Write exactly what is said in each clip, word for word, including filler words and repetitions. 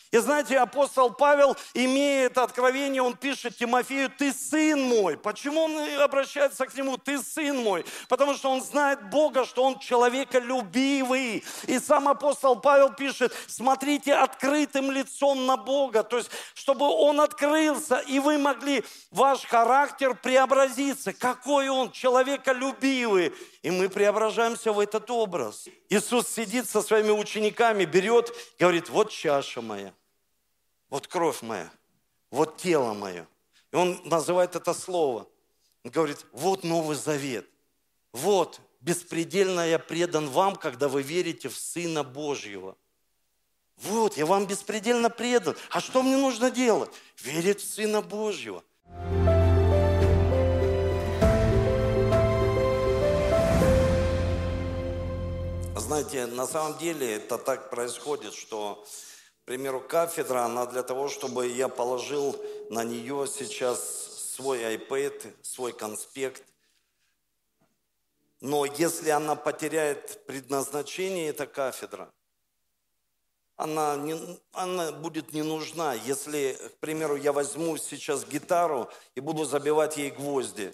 И знаете, апостол Павел, имея это откровение, он пишет Тимофею: ты сын мой. Почему он обращается к нему? Ты сын мой. Потому что он знает Бога, что он человеколюбивый. И сам апостол Павел пишет: смотрите открытым лицом на Бога. То есть, чтобы он открылся, и вы могли, ваш характер преобразиться. Какой он человеколюбивый. И мы преображаемся в этот образ. Иисус сидит со своими учениками, берет, говорит: вот чаша моя. Вот кровь моя, вот тело мое. И он называет это слово. Он говорит: вот Новый Завет. Вот, беспредельно я предан вам, когда вы верите в Сына Божьего. Вот, я вам беспредельно предан. А что мне нужно делать? Верить в Сына Божьего. Знаете, на самом деле это так происходит, что... К примеру, кафедра, она для того, чтобы я положил на нее сейчас свой iPad, свой конспект. Но если она потеряет предназначение, эта кафедра, она, не, она будет не нужна. Если, к примеру, я возьму сейчас гитару и буду забивать ей гвозди,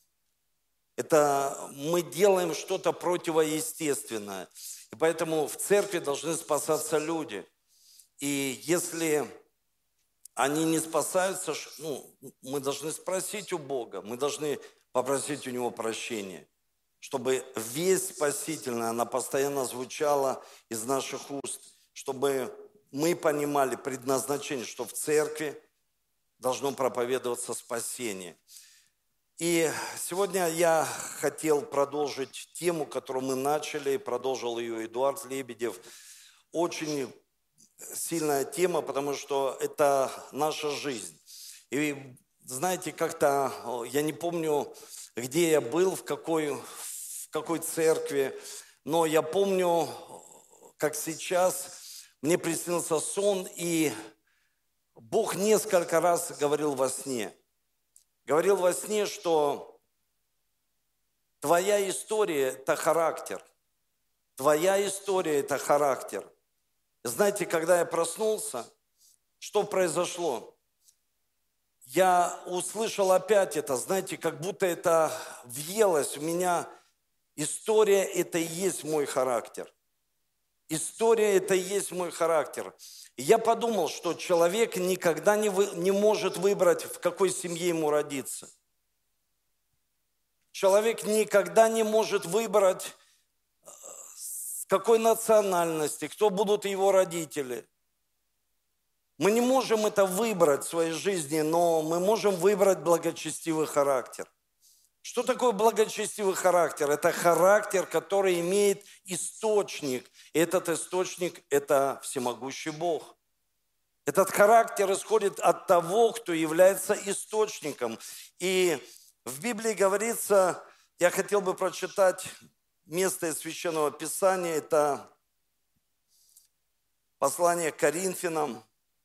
это мы делаем что-то противоестественное. И поэтому в церкви должны спасаться люди. И если они не спасаются, ну, мы должны спросить у Бога, мы должны попросить у Него прощения, чтобы весть спасительная, она постоянно звучала из наших уст, чтобы мы понимали предназначение, что в церкви должно проповедоваться спасение. И сегодня я хотел продолжить тему, которую мы начали, продолжил ее Эдуард Лебедев. Очень сильная тема, потому что это наша жизнь. И знаете, как-то, я не помню, где я был, в какой, в какой церкви, но я помню, как сейчас мне приснился сон, и Бог несколько раз говорил во сне. Говорил во сне, что твоя история – это характер. Твоя история – это характер. Знаете, когда я проснулся, что произошло? Я услышал опять это, знаете, как будто это въелось в меня. История – это и есть мой характер. История – это и есть мой характер. И я подумал, что человек никогда не, вы, не может выбрать, в какой семье ему родиться. Человек никогда не может выбрать, какой национальности, кто будут его родители. Мы не можем это выбрать в своей жизни, но мы можем выбрать благочестивый характер. Что такое благочестивый характер? Это характер, который имеет источник. И этот источник – это всемогущий Бог. Этот характер исходит от того, кто является источником. И в Библии говорится, я хотел бы прочитать место из Священного Писания, это послание к Коринфянам,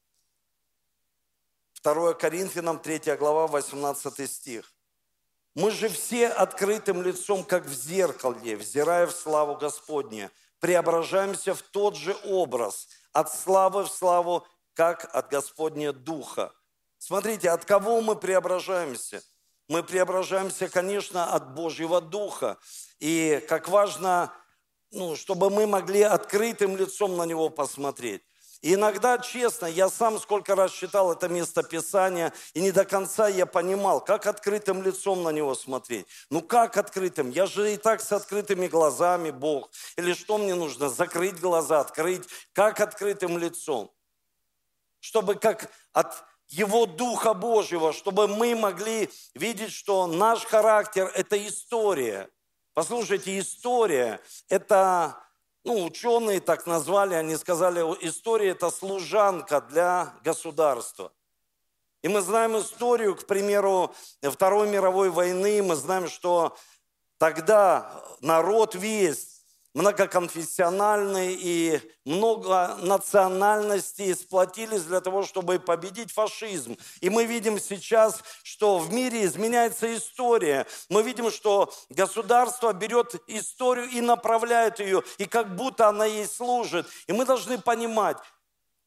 второе Коринфянам, третья глава, восемнадцатый стих. «Мы же все открытым лицом, как в зеркале, взирая в славу Господню, преображаемся в тот же образ, от славы в славу, как от Господня Духа». Смотрите, от кого мы преображаемся? Мы преображаемся, конечно, от Божьего Духа. И как важно, ну, чтобы мы могли открытым лицом на Него посмотреть. И иногда, честно, я сам сколько раз читал это место Писания, и не до конца я понимал, как открытым лицом на Него смотреть. Ну как открытым? Я же и так с открытыми глазами, Бог. Или что мне нужно? Закрыть глаза, открыть. Как открытым лицом? Чтобы как от Его Духа Божьего, чтобы мы могли видеть, что наш характер – это история. Послушайте, история – это, ну, ученые так назвали, они сказали, история – это служанка для государства. И мы знаем историю, к примеру, Второй мировой войны, мы знаем, что тогда народ весь многоконфессиональный и много национальностей сплотились для того, чтобы победить фашизм. И мы видим сейчас, что в мире изменяется история. Мы видим, что государство берет историю и направляет ее, и как будто она ей служит. И мы должны понимать,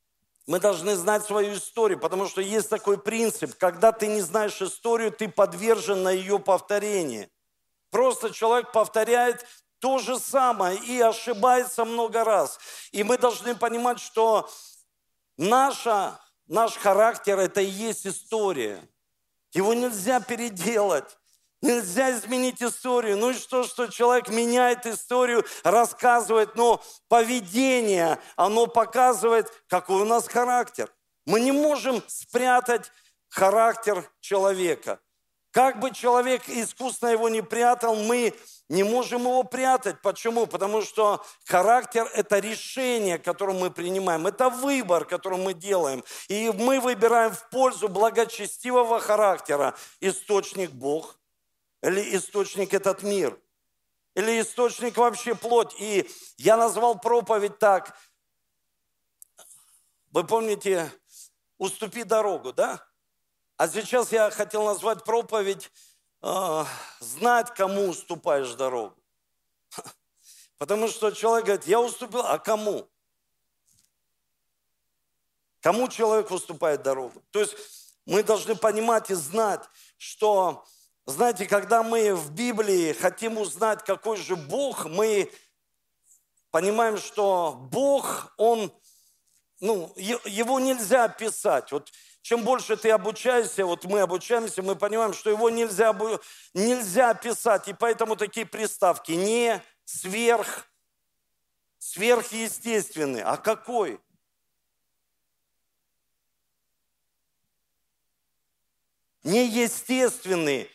Мы должны знать свою историю, потому что есть такой принцип. Когда ты не знаешь историю, ты подвержен на ее повторение. Просто человек повторяет то же самое и ошибается много раз. И мы должны понимать, что наша, наш характер – это и есть история. Его нельзя переделать. Нельзя изменить историю. Ну и что, что человек меняет историю, рассказывает, но поведение, оно показывает, какой у нас характер. Мы не можем спрятать характер человека. Как бы человек искусно его не прятал, мы не можем его прятать. Почему? Потому что характер – это решение, которое мы принимаем. Это выбор, который мы делаем. И мы выбираем в пользу благочестивого характера. Источник – Бог. Или источник этот мир. Или источник вообще плоть. И я назвал проповедь так. Вы помните, уступи дорогу, да? А сейчас я хотел назвать проповедь э, знать, кому уступаешь дорогу. Потому что человек говорит, я уступил, а кому? Кому человек уступает дорогу? То есть мы должны понимать и знать, что... Знаете, когда мы в Библии хотим узнать, какой же Бог, мы понимаем, что Бог, Он, ну, Его нельзя описать. Вот чем больше ты обучаешься, вот мы обучаемся, мы понимаем, что Его нельзя, нельзя описать. И поэтому такие приставки не, сверх, сверхъестественный. А какой? Неестественный.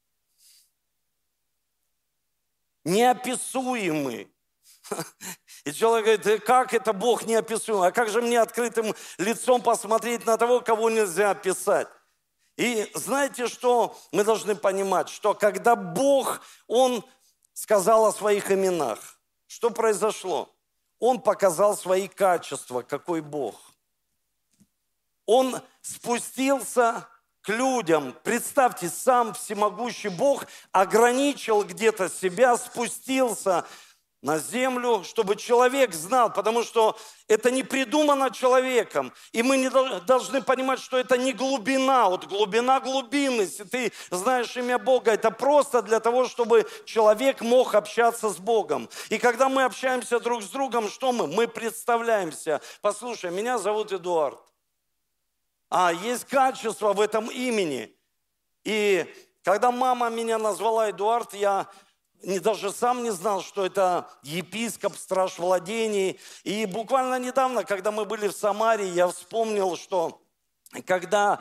Неописуемый. И человек говорит, как это Бог неописуемый? А как же мне открытым лицом посмотреть на того, кого нельзя описать? И знаете, что мы должны понимать? Что когда Бог, Он сказал о своих именах, что произошло? Он показал свои качества, какой Бог. Он спустился к людям. Представьте, сам всемогущий Бог ограничил где-то себя, спустился на землю, чтобы человек знал, потому что это не придумано человеком. И мы не должны понимать, что это не глубина. Вот глубина глубины, если ты знаешь имя Бога, это просто для того, чтобы человек мог общаться с Богом. И когда мы общаемся друг с другом, что мы? Мы представляемся. Послушай, меня зовут Эдуард. А есть качество в этом имени. И когда мама меня назвала Эдуард, я не, даже сам не знал, что это епископ, страж владений. И буквально недавно, когда мы были в Самаре, я вспомнил, что когда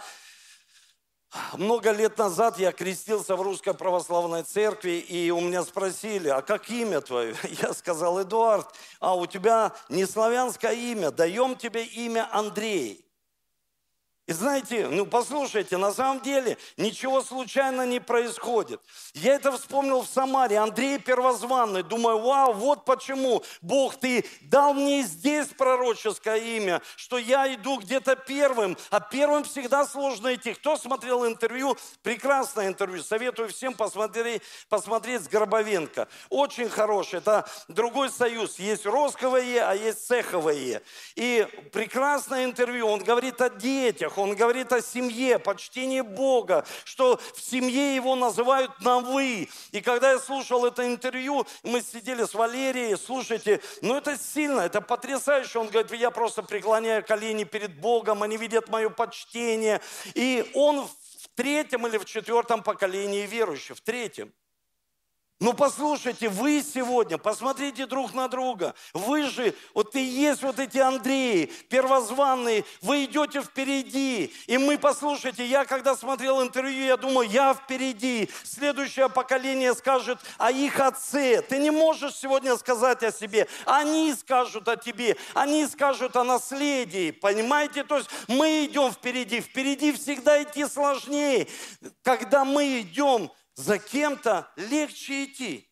много лет назад я крестился в Русской Православной Церкви, и у меня спросили, а как имя твое? Я сказал, Эдуард, а у тебя не славянское имя, даем тебе имя Андрей. И знаете, ну послушайте, на самом деле ничего случайно не происходит. Я это вспомнил в Самаре, Андрей Первозванный. Думаю, вау, вот почему, Бог, ты дал мне здесь пророческое имя, что я иду где-то первым, а первым всегда сложно идти. Кто смотрел интервью? Прекрасное интервью, советую всем посмотреть, посмотреть с Горбовенко. Очень хорошее, это другой союз. Есть Росковое, а есть Цеховое. И прекрасное интервью, он говорит о детях. Он говорит о семье, почтении Бога, что в семье его называют на «вы». И когда я слушал это интервью, мы сидели с Валерией, слушайте, ну это сильно, это потрясающе. Он говорит, я просто преклоняю колени перед Богом, они видят мое почтение. И он в третьем или в четвертом поколении верующих, в третьем. Ну, послушайте, вы сегодня, посмотрите друг на друга. Вы же, вот и есть вот эти Андреи, первозванные, вы идете впереди. И мы, послушайте, я когда смотрел интервью, я думал, я впереди. Следующее поколение скажет о их отце. Ты не можешь сегодня сказать о себе. Они скажут о тебе, они скажут о наследии. Понимаете? То есть мы идем впереди. Впереди всегда идти сложнее. Когда мы идем за кем-то, легче идти.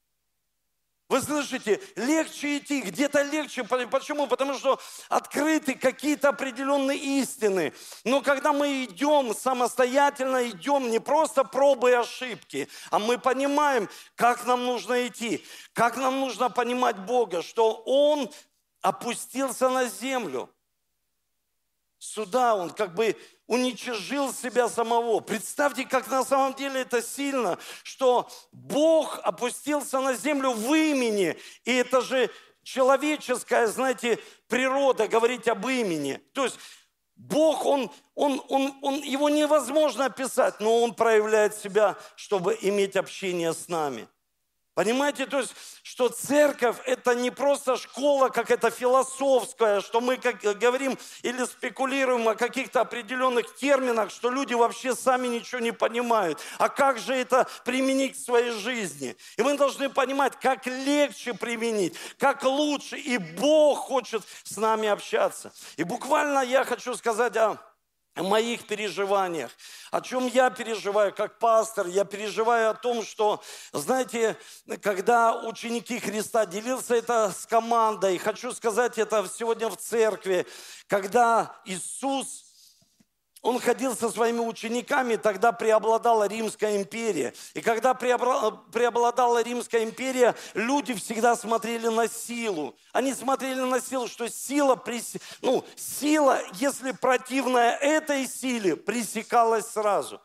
Вы слышите, легче идти, где-то легче. Почему? Потому что открыты какие-то определенные истины. Но когда мы идем самостоятельно, идем не просто пробы и ошибки, а мы понимаем, как нам нужно идти, как нам нужно понимать Бога, что Он опустился на землю. суда, он как бы уничижил себя самого. Представьте, как на самом деле это сильно, что Бог опустился на землю в имени, и это же человеческая, знаете, природа говорить об имени. То есть Бог, он, он, он, он, его невозможно описать, но Он проявляет себя, чтобы иметь общение с нами. Понимаете, то есть, что церковь – это не просто школа какая-то философская, что мы как говорим или спекулируем о каких-то определенных терминах, что люди вообще сами ничего не понимают. А как же это применить к своей жизни? И мы должны понимать, как легче применить, как лучше. И Бог хочет с нами общаться. И буквально я хочу сказать о... о моих переживаниях, о чем я переживаю как пастор. Я переживаю о том, что, знаете, когда ученики Христа, делился это с командой, хочу сказать это сегодня в церкви, когда Иисус, Он ходил со своими учениками, тогда преобладала Римская империя. И когда преобладала Римская империя, люди всегда смотрели на силу. Они смотрели на силу, что сила, ну, сила, если противная этой силе, пресекалась сразу.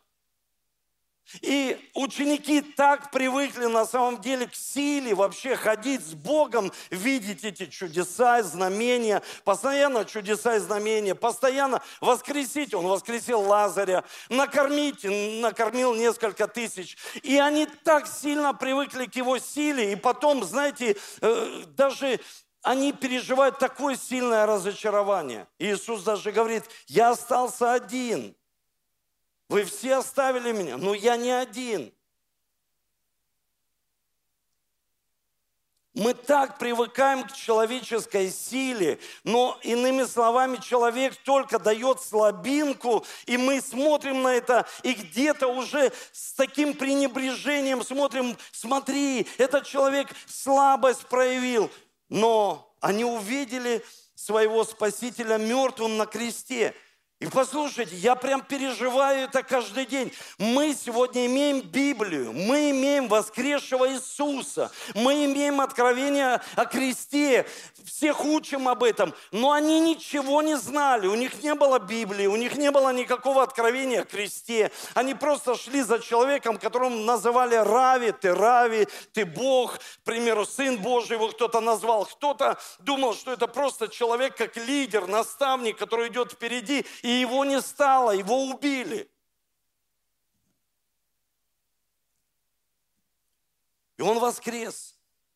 И ученики так привыкли на самом деле к силе, вообще ходить с Богом, видеть эти чудеса и знамения, постоянно чудеса и знамения, постоянно воскресить. Он воскресил Лазаря, накормить, накормил несколько тысяч. И они так сильно привыкли к его силе, и потом, знаете, даже они переживают такое сильное разочарование. Иисус даже говорит: я остался один. Вы все оставили меня, но я не один. Мы так привыкаем к человеческой силе, но, иными словами, человек только дает слабинку, и мы смотрим на это, и где-то уже с таким пренебрежением смотрим: смотри, этот человек слабость проявил. Но они увидели своего Спасителя мертвым на кресте. И послушайте, я прям переживаю это каждый день. Мы сегодня имеем Библию, мы имеем воскресшего Иисуса, мы имеем откровение о кресте, всех учим об этом, но они ничего не знали, у них не было Библии, у них не было никакого откровения о кресте. Они просто шли за человеком, которого называли Рави, ты Рави, ты Бог, к примеру, Сын Божий его кто-то назвал, кто-то думал, что это просто человек как лидер, наставник, который идет впереди, и его не стало, его убили. И он воскрес.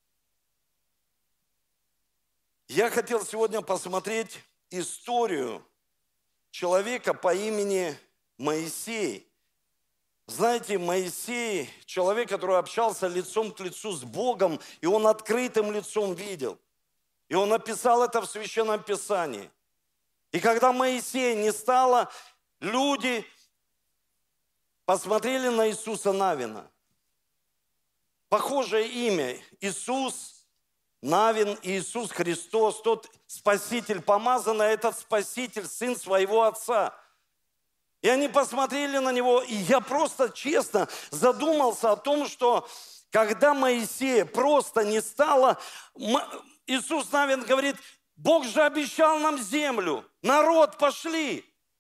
Я хотел сегодня посмотреть историю человека по имени Моисей. Знаете, Моисей, человек, который общался лицом к лицу с Богом, и он открытым лицом видел. И он написал это в Священном Писании. И когда Моисея не стало, люди посмотрели на Иисуса Навина. Похожее имя – Иисус Навин, Иисус Христос, тот Спаситель помазанный, этот Спаситель, Сын своего Отца. И они посмотрели на него, и я просто честно задумался о том, что когда Моисея просто не стало, Иисус Навин говорит: Бог же обещал нам землю. Народ, пошли.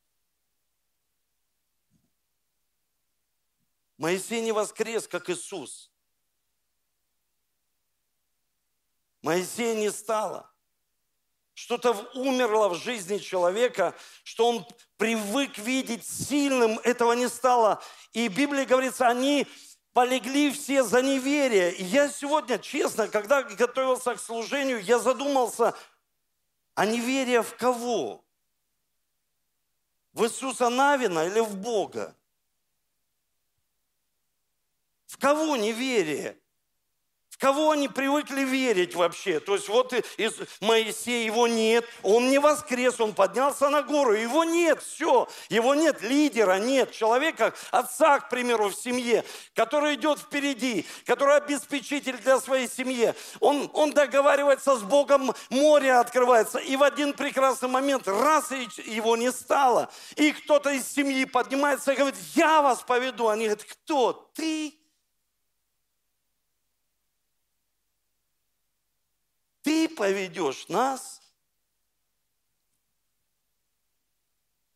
Моисей не воскрес, как Иисус. Моисея не стало. Что-то умерло в жизни человека, что он привык видеть сильным, этого не стало. И в Библии говорится, они полегли все за неверие. И я сегодня, честно, когда готовился к служению, я задумался, а неверие в кого? В Иисуса Навина или в Бога? В кого неверие? В кого они привыкли верить вообще? То есть вот Моисей, его нет, он не воскрес, он поднялся на гору, его нет, все, его нет, лидера нет, человека, отца, к примеру, в семье, который идет впереди, который обеспечитель для своей семьи. Он, он договаривается с Богом, море открывается, и в один прекрасный момент раз и его не стало. И кто-то из семьи поднимается и говорит: я вас поведу. Они говорят: кто? Ты? Ты поведешь нас?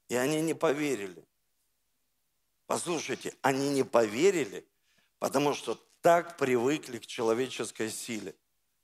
И они не поверили. Послушайте, они не поверили, потому что так привыкли к человеческой силе.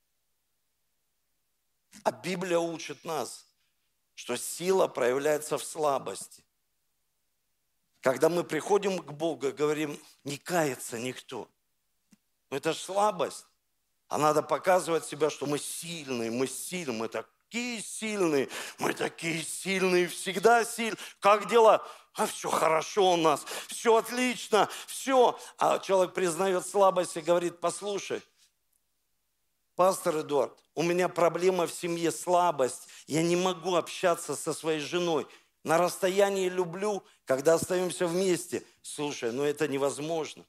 А Библия учит нас, что сила проявляется в слабости. Когда мы приходим к Богу и говорим, не кается никто. Но это же слабость. А надо показывать себя, что мы сильные, мы сильные, мы такие сильные, мы такие сильные, всегда сильные. Как дела? А все хорошо у нас, все отлично, все. А человек признает слабость и говорит, послушай, пастор Эдуард, у меня проблема в семье, слабость. Я не могу общаться со своей женой. На расстоянии люблю, когда остаемся вместе. Слушай, ну это невозможно.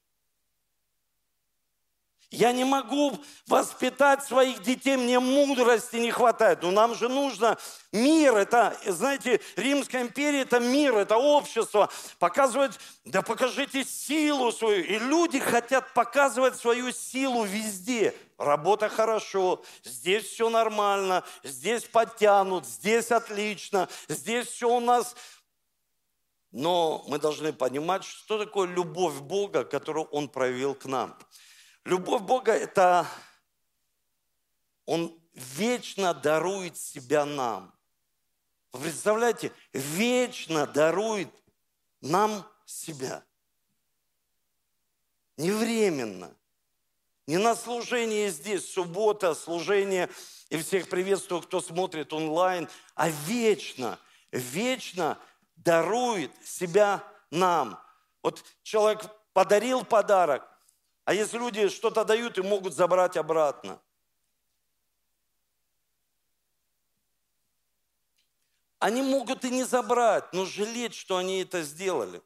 Я не могу воспитать своих детей, мне мудрости не хватает. Но нам же нужно мир. Это, знаете, Римская империя – это мир, это общество. Показывать, да покажите силу свою. И люди хотят показывать свою силу везде. Работа хорошо, здесь все нормально, здесь подтянут, здесь отлично, здесь все у нас. Но мы должны понимать, что такое любовь Бога, которую Он проявил к нам. Любовь Бога – это Он вечно дарует себя нам. Вы представляете, вечно дарует нам себя. Не временно. Не на служении здесь, суббота, служение, и всех приветствую, кто смотрит онлайн, а вечно, вечно дарует себя нам. Вот человек подарил подарок, а если люди что-то дают и могут забрать обратно. Они могут и не забрать, но жалеть, что они это сделали.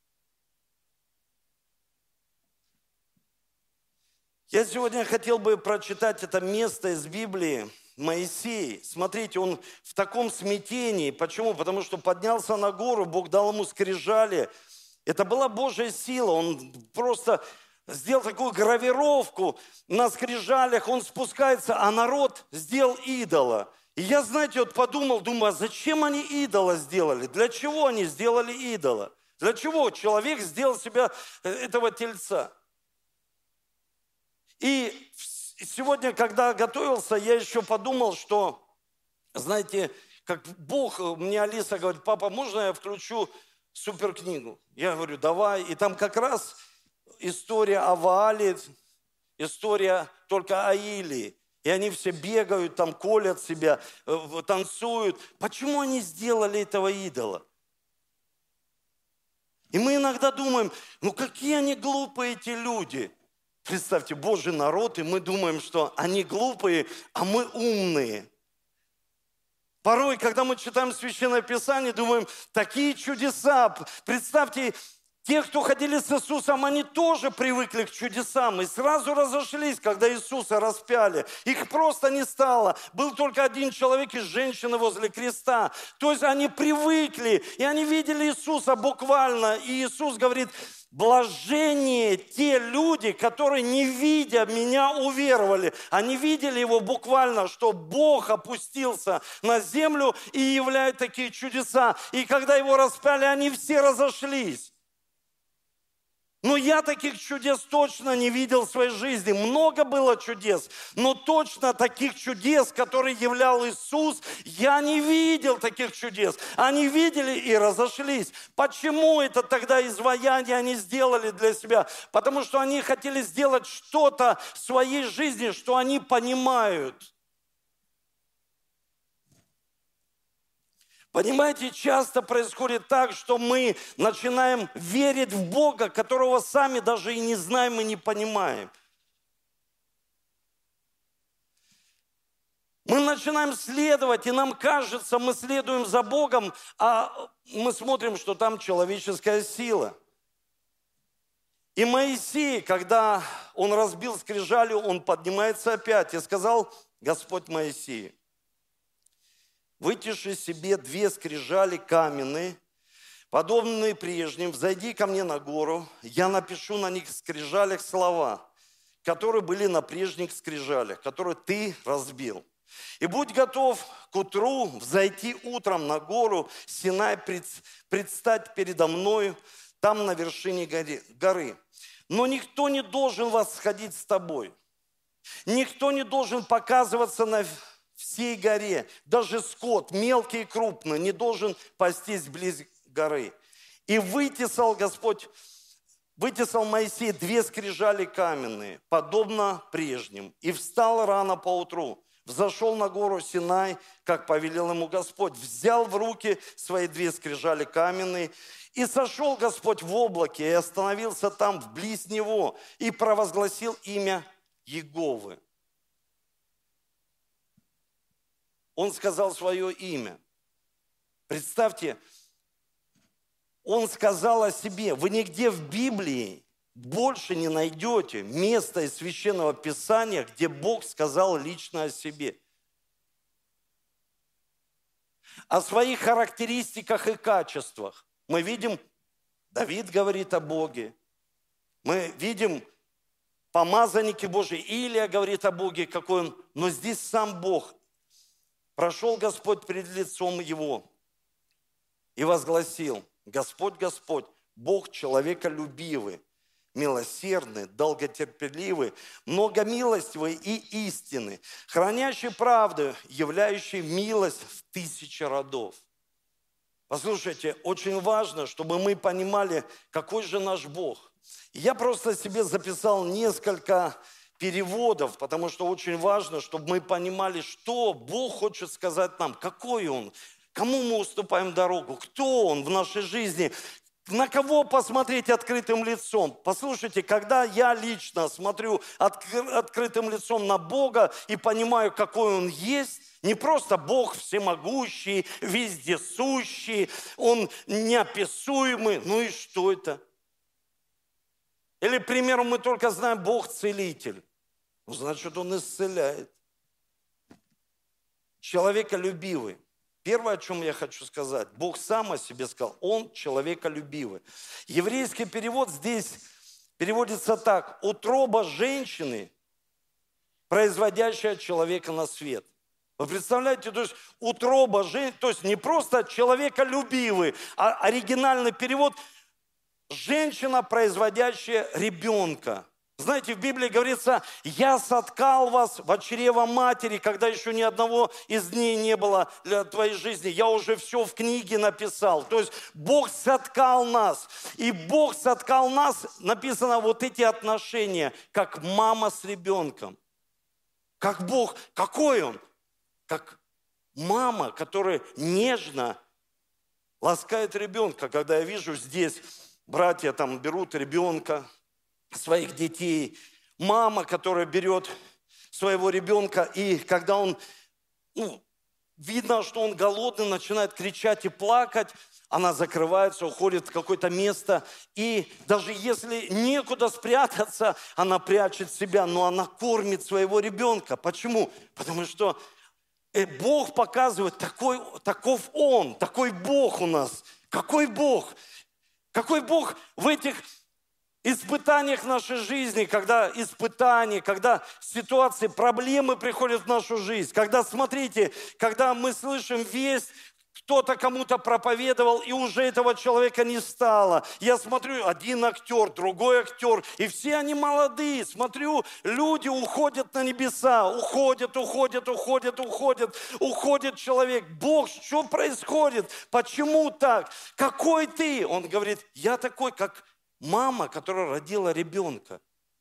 Я сегодня хотел бы прочитать это место из Библии. Моисей, смотрите, он в таком смятении. Почему? Потому что поднялся на гору, Бог дал ему скрижали. Это была Божья сила. Он просто сделал такую гравировку на скрижалях, он спускается, а народ сделал идола. И я, знаете, вот подумал, думаю, а зачем они идола сделали? Для чего они сделали идола? Для чего человек сделал себя этого тельца? И сегодня, когда готовился, я еще подумал, что, знаете, как Бог, мне Алиса говорит, папа, можно я включу суперкнигу? Я говорю, давай. И там как раз история о Ваале, история только о Илии. И они все бегают, там колят себя, танцуют. Почему они сделали этого идола? И мы иногда думаем, ну какие они глупые эти люди. Представьте, Божий народ, и мы думаем, что они глупые, а мы умные. Порой, когда мы читаем Священное Писание, думаем, такие чудеса. Представьте, те, кто ходили с Иисусом, они тоже привыкли к чудесам и сразу разошлись, когда Иисуса распяли. Их просто не стало. Был только один человек и женщина возле креста. То есть они привыкли, и они видели Иисуса буквально. И Иисус говорит, блажение те люди, которые, не видя меня, уверовали. Они видели его буквально, что Бог опустился на землю и являет такие чудеса. И когда его распяли, они все разошлись. Но я таких чудес точно не видел в своей жизни. Много было чудес, но точно таких чудес, которые являл Иисус, я не видел таких чудес. Они видели и разошлись. Почему это тогда изваяние они сделали для себя? Потому что они хотели сделать что-то в своей жизни, что они понимают. Понимаете, часто происходит так, что мы начинаем верить в Бога, которого сами даже и не знаем и не понимаем. Мы начинаем следовать, и нам кажется, мы следуем за Богом, а мы смотрим, что там человеческая сила. И Моисей, когда он разбил скрижали, он поднимается опять и сказал, Господь Моисею, вытиши себе две скрижали каменные, подобные прежним, взойди ко мне на гору, я напишу на них скрижалях слова, которые были на прежних скрижалях, которые ты разбил. И будь готов к утру взойти утром на гору Синай, предстать передо мною там на вершине горы. Но никто не должен восходить с тобой. Никто не должен показываться на всей горе. Даже скот, мелкий и крупный, не должен пастись близ горы. И вытесал Господь, вытесал Моисей две скрижали каменные, подобно прежним, и встал рано поутру. Взошел на гору Синай, как повелел ему Господь, взял в руки свои две скрижали каменные, и сошел Господь в облаке, и остановился там вблизь него, и провозгласил имя Иеговы. Он сказал свое имя. Представьте, он сказал о себе. Вы нигде в Библии больше не найдете места из Священного Писания, где Бог сказал лично о себе. О своих характеристиках и качествах. Мы видим, Давид говорит о Боге. Мы видим, помазанники Божьи, Илия говорит о Боге, какой он. Но здесь сам Бог. Прошел Господь пред лицом его и возгласил: Господь, Господь, Бог человеколюбивый, милосердный, долготерпеливый, многомилостивый и истинный, хранящий правду, являющий милость в тысячи родов. Послушайте, очень важно, чтобы мы понимали, какой же наш Бог. Я просто себе записал несколько переводов, потому что очень важно, чтобы мы понимали, что Бог хочет сказать нам, какой Он, кому мы уступаем дорогу, кто Он в нашей жизни, на кого посмотреть открытым лицом. Послушайте, когда я лично смотрю откры- открытым лицом на Бога и понимаю, какой Он есть, не просто Бог всемогущий, вездесущий, Он неописуемый, ну и что это? Или, к примеру, мы только знаем Бог целитель. Ну, значит, Он исцеляет. Человеколюбивый. Первое, о чем я хочу сказать, Бог сам о себе сказал, Он человеколюбивый. Еврейский перевод здесь переводится так: утроба женщины, производящая человека на свет. Вы представляете, то есть утроба женщины, то есть не просто человеколюбивый, а оригинальный перевод – женщина, производящая ребенка. Знаете, в Библии говорится: «Я соткал вас в чрево матери, когда еще ни одного из дней не было для твоей жизни. Я уже все в книге написал». То есть Бог соткал нас. И Бог соткал нас, написано, вот эти отношения, как мама с ребенком. Как Бог, какой Он? Как мама, которая нежно ласкает ребенка. Когда я вижу здесь, братья там берут ребенка, своих детей, мама, которая берет своего ребенка, и когда он, ну, видно, что он голодный, начинает кричать и плакать, она закрывается, уходит в какое-то место, и даже если некуда спрятаться, она прячет себя, но она кормит своего ребенка. Почему? Потому что Бог показывает, такой, таков Он, такой Бог у нас. Какой Бог? Какой Бог в этих испытаниях нашей жизни, когда испытания, когда ситуации, проблемы приходят в нашу жизнь, когда, смотрите, когда мы слышим весть, кто-то кому-то проповедовал, и уже этого человека не стало. Я смотрю, один актер, другой актер, и все они молодые. Смотрю, люди уходят на небеса, уходят, уходят, уходят, уходят, уходит человек. Бог, что происходит? Почему так? Какой ты? Он говорит, я такой, как мама, которая родила ребенка.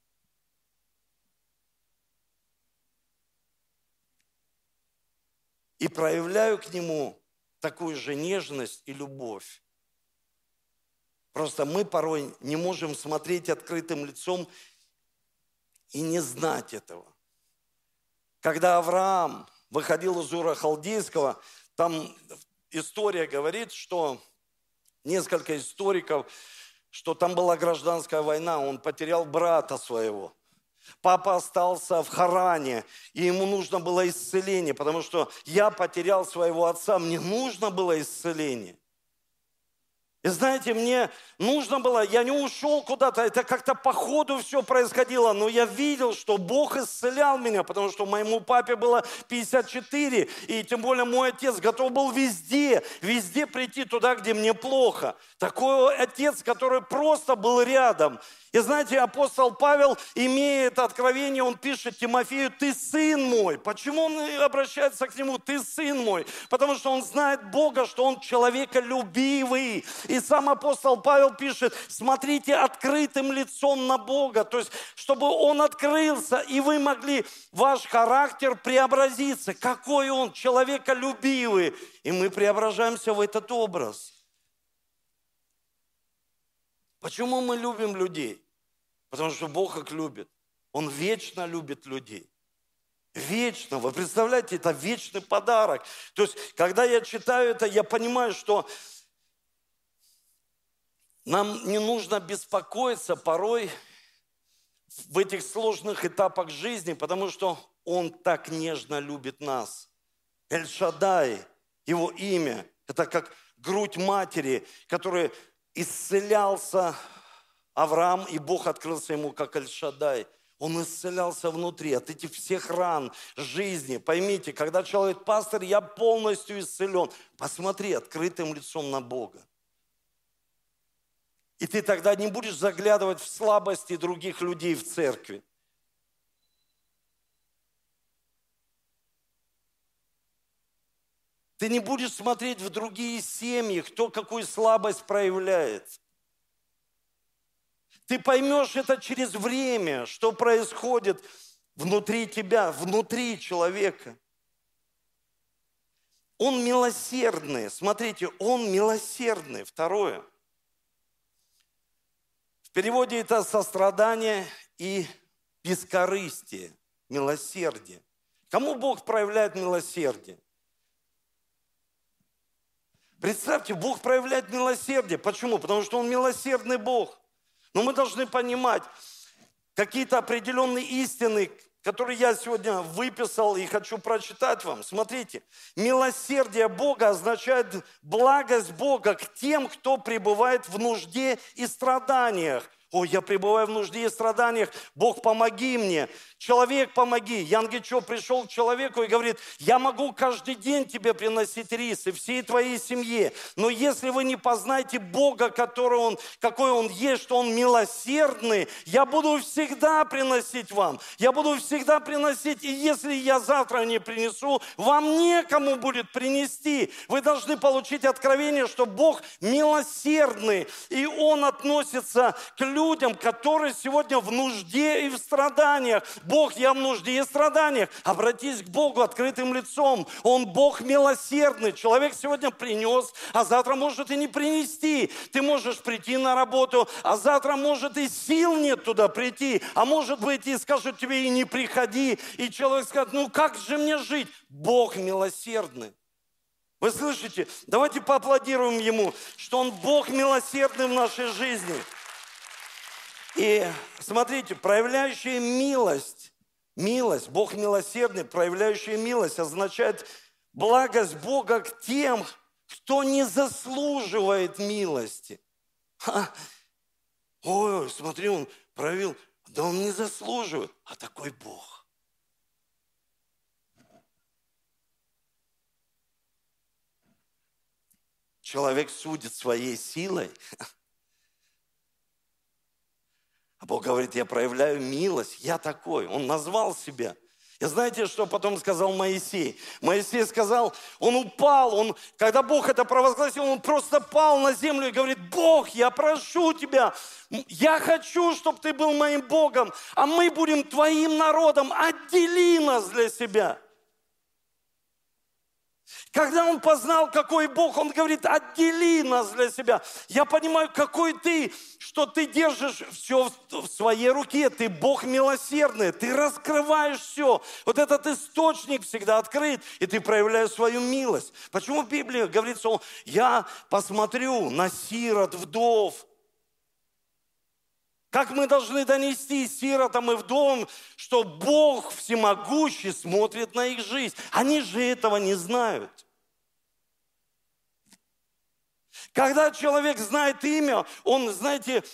И проявляю к нему такую же нежность и любовь. Просто мы порой не можем смотреть открытым лицом и не знать этого. Когда Авраам выходил из Ура Халдейского, там история говорит, что несколько историков, что там была гражданская война, он потерял брата своего. Папа остался в Харане, и ему нужно было исцеление, потому что я потерял своего отца, мне нужно было исцеление. И знаете, мне нужно было, я не ушел куда-то, это как-то по ходу все происходило, но я видел, что Бог исцелял меня, потому что моему папе было пятьдесят четыре, и тем более мой отец готов был везде, везде прийти туда, где мне плохо. Такой отец, который просто был рядом. И знаете, апостол Павел, имея это откровение, он пишет Тимофею: «Ты сын мой». Почему он обращается к нему? «Ты сын мой». Потому что он знает Бога, что он человеколюбивый. И сам апостол Павел пишет: смотрите открытым лицом на Бога. То есть, чтобы он открылся, и вы могли, ваш характер преобразиться. Какой он человеколюбивый. И мы преображаемся в этот образ. Почему мы любим людей? Потому что Бог их любит. Он вечно любит людей. Вечно. Вы представляете, это вечный подарок. То есть, когда я читаю это, я понимаю, что нам не нужно беспокоиться порой в этих сложных этапах жизни, потому что Он так нежно любит нас. Эль-Шаддай, Его имя, это как грудь матери, которая исцелялся Авраам, и Бог открылся ему как Эль-Шаддай. Он исцелялся внутри от этих всех ран жизни. Поймите, когда человек пастор, я полностью исцелен. Посмотри открытым лицом на Бога. И ты тогда не будешь заглядывать в слабости других людей в церкви. Ты не будешь смотреть в другие семьи, кто какую слабость проявляет. Ты поймешь это через время, что происходит внутри тебя, внутри человека. Он милосердный. Смотрите, он милосердный. Второе. В переводе это сострадание и бескорыстие, милосердие. Кому Бог проявляет милосердие? Представьте, Бог проявляет милосердие. Почему? Потому что Он милосердный Бог. Но мы должны понимать какие-то определенные истины, которые я сегодня выписал и хочу прочитать вам. Смотрите, милосердие Бога означает благость Бога к тем, кто пребывает в нужде и страданиях. Ой, я пребываю в нужде и страданиях, Бог, помоги мне. Человек, помоги. Ян Гечо пришел к человеку и говорит: я могу каждый день тебе приносить рис и всей твоей семье, но если вы не познаете Бога, который он, какой Он есть, что Он милосердный, я буду всегда приносить вам. Я буду всегда приносить, и если я завтра не принесу, вам некому будет принести. Вы должны получить откровение, что Бог милосердный, и Он относится к людям, которые сегодня в нужде и в страданиях. Бог, я в нужде и страданиях. Обратись к Богу открытым лицом. Он Бог милосердный. Человек сегодня принес, а завтра может и не принести. Ты можешь прийти на работу, а завтра может и сил нет туда прийти. А может быть и скажут тебе: и не приходи. И человек скажет: ну как же мне жить? Бог милосердный. Вы слышите? Давайте поаплодируем Ему, что Он Бог милосердный в нашей жизни. И смотрите, проявляющая милость, милость, Бог милосердный, проявляющая милость означает благость Бога к тем, кто не заслуживает милости. Ха. Ой, смотри, он проявил, да он не заслуживает, а такой Бог. Человек судит своей силой. А Бог говорит: я проявляю милость, я такой. Он назвал себя. И знаете, что потом сказал Моисей? Моисей сказал, он упал, он, когда Бог это провозгласил, он просто пал на землю и говорит: Бог, я прошу тебя, я хочу, чтобы ты был моим Богом, а мы будем твоим народом, отдели нас для себя. Когда он познал, какой Бог, он говорит: отдели нас для себя. Я понимаю, какой ты, что ты держишь все в своей руке. Ты Бог милосердный, ты раскрываешь все. Вот этот источник всегда открыт, и ты проявляешь свою милость. Почему в Библии говорится: я посмотрю на сирот, вдов. Как мы должны донести сиротам и вдовам, что Бог всемогущий смотрит на их жизнь. Они же этого не знают. Когда человек знает имя, он, знаете,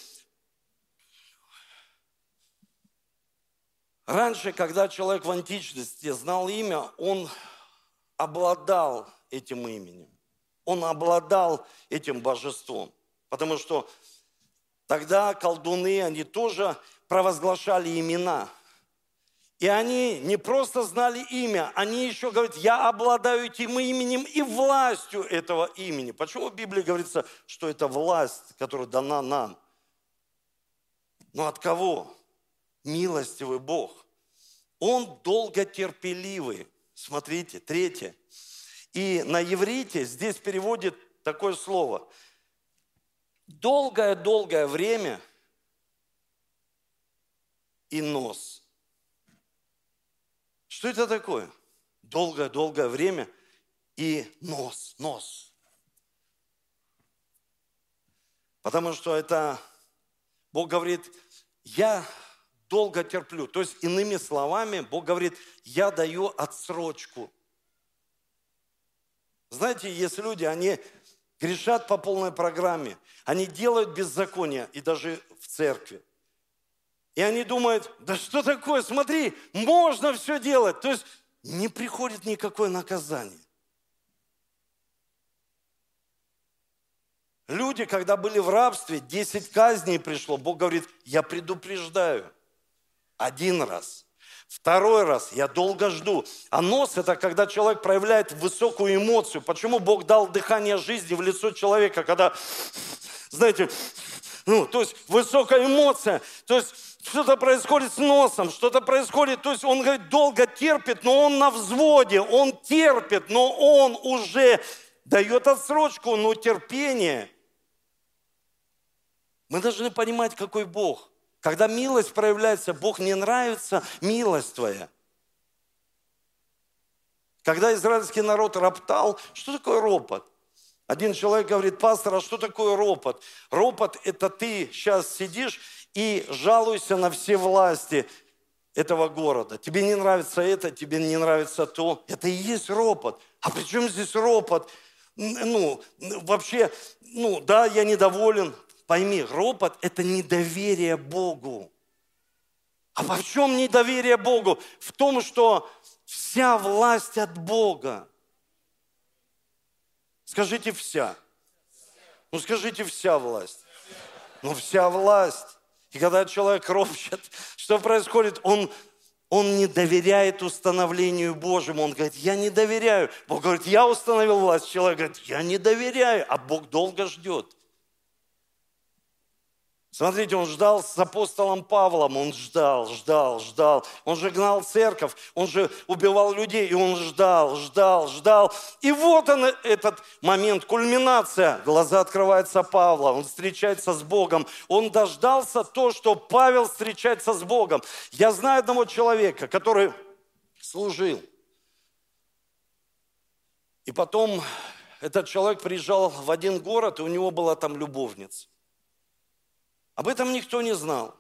раньше, когда человек в античности знал имя, он обладал этим именем. Он обладал этим божеством. Потому что тогда колдуны, они тоже провозглашали имена. И они не просто знали имя, они еще говорят, я обладаю этим именем и властью этого имени. Почему в Библии говорится, что это власть, которая дана нам? Но от кого? Милостивый Бог. Он долготерпеливый. Смотрите, третье. И на иврите здесь переводит такое слово. Долгое-долгое время и нос. Что это такое? Долгое-долгое время и нос, нос. Потому что это, Бог говорит, я долго терплю. То есть, иными словами, Бог говорит, я даю отсрочку. Знаете, есть люди, они грешат по полной программе, они делают беззаконие, и даже в церкви. И они думают, да что такое, смотри, можно все делать. То есть не приходит никакое наказание. Люди, когда были в рабстве, десять казней пришло. Бог говорит, я предупреждаю. Один раз. Второй раз, я долго жду. А нос – это когда человек проявляет высокую эмоцию. Почему Бог дал дыхание жизни в лицо человека, когда, знаете, ну, то есть высокая эмоция, то есть что-то происходит с носом, что-то происходит, то есть он, говорит, долго терпит, но он на взводе, он терпит, но он уже дает отсрочку, но терпение. Мы должны понимать, какой Бог. Когда милость проявляется, Бог не нравится, милость твоя. Когда израильский народ роптал, что такое ропот? Один человек говорит, пастор, а что такое ропот? Ропот – это ты сейчас сидишь и жалуешься на все власти этого города. Тебе не нравится это, тебе не нравится то. Это и есть ропот. А при чем здесь ропот? Ну, вообще, ну, да, я недоволен. Пойми, ропот – это недоверие Богу. А в чем недоверие Богу? В том, что вся власть от Бога. Скажите «вся». Ну, скажите «вся власть». Ну, вся власть. И когда человек ропщет, что происходит? Он, он не доверяет установлению Божьему. Он говорит, я не доверяю. Бог говорит, я установил власть. Человек говорит, я не доверяю. А Бог долго ждет. Смотрите, он ждал с апостолом Павлом, он ждал, ждал, ждал. Он же гнал церковь, он же убивал людей, и он ждал, ждал, ждал. И вот он, этот момент, кульминация. Глаза открываются Павла, он встречается с Богом. Он дождался то, что Павел встречается с Богом. Я знаю одного человека, который служил. И потом этот человек приезжал в один город, и у него была там любовница. Об этом никто не знал.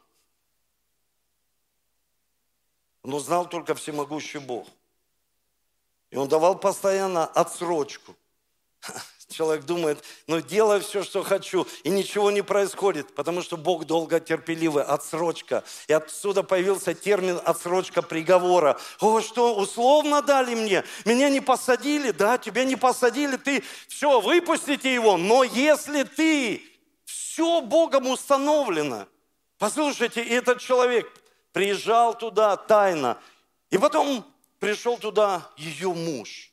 Но знал только всемогущий Бог. И он давал постоянно отсрочку. Человек думает, ну делай все, что хочу, и ничего не происходит, потому что Бог долготерпеливый, отсрочка. И отсюда появился термин отсрочка приговора. О, что, условно дали мне? Меня не посадили? Да, тебя не посадили, ты все, выпустите его. Но если ты... Все Богом установлено. Послушайте, этот человек приезжал туда тайно, и потом пришел туда ее муж.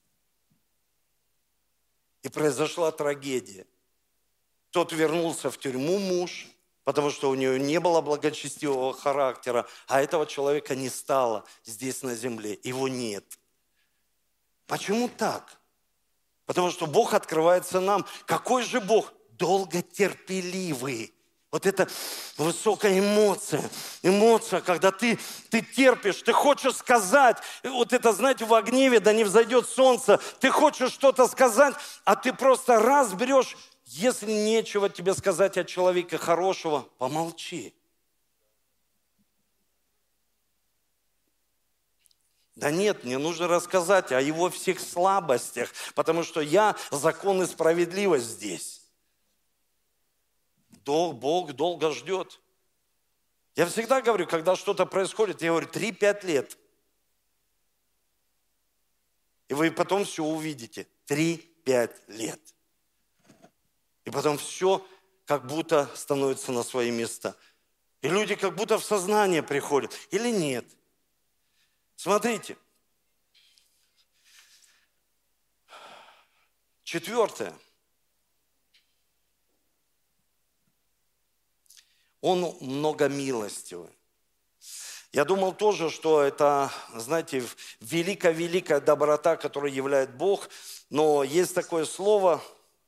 И произошла трагедия. Тот вернулся в тюрьму, муж, потому что у нее не было благочестивого характера, а этого человека не стало здесь на земле, его нет. Почему так? Потому что Бог открывается нам. Какой же Бог? Долготерпеливый. Вот это высокая эмоция. Эмоция, когда ты, ты терпишь, ты хочешь сказать. Вот это, знаете, в гневе, да не взойдет солнце. Ты хочешь что-то сказать, а ты просто раз берешь. Если нечего тебе сказать от человека хорошего, помолчи. Да нет, мне нужно рассказать о его всех слабостях, потому что я закон и справедливость здесь. Бог долго ждет. Я всегда говорю, когда что-то происходит, я говорю, три-пять лет. И вы потом все увидите. три-пять лет. И потом все как будто становится на свои места. И люди как будто в сознание приходят. Или нет? Смотрите. Четвертое. Он многомилостивый. Я думал тоже, что это, знаете, великая-великая доброта, которую являет Бог. Но есть такое слово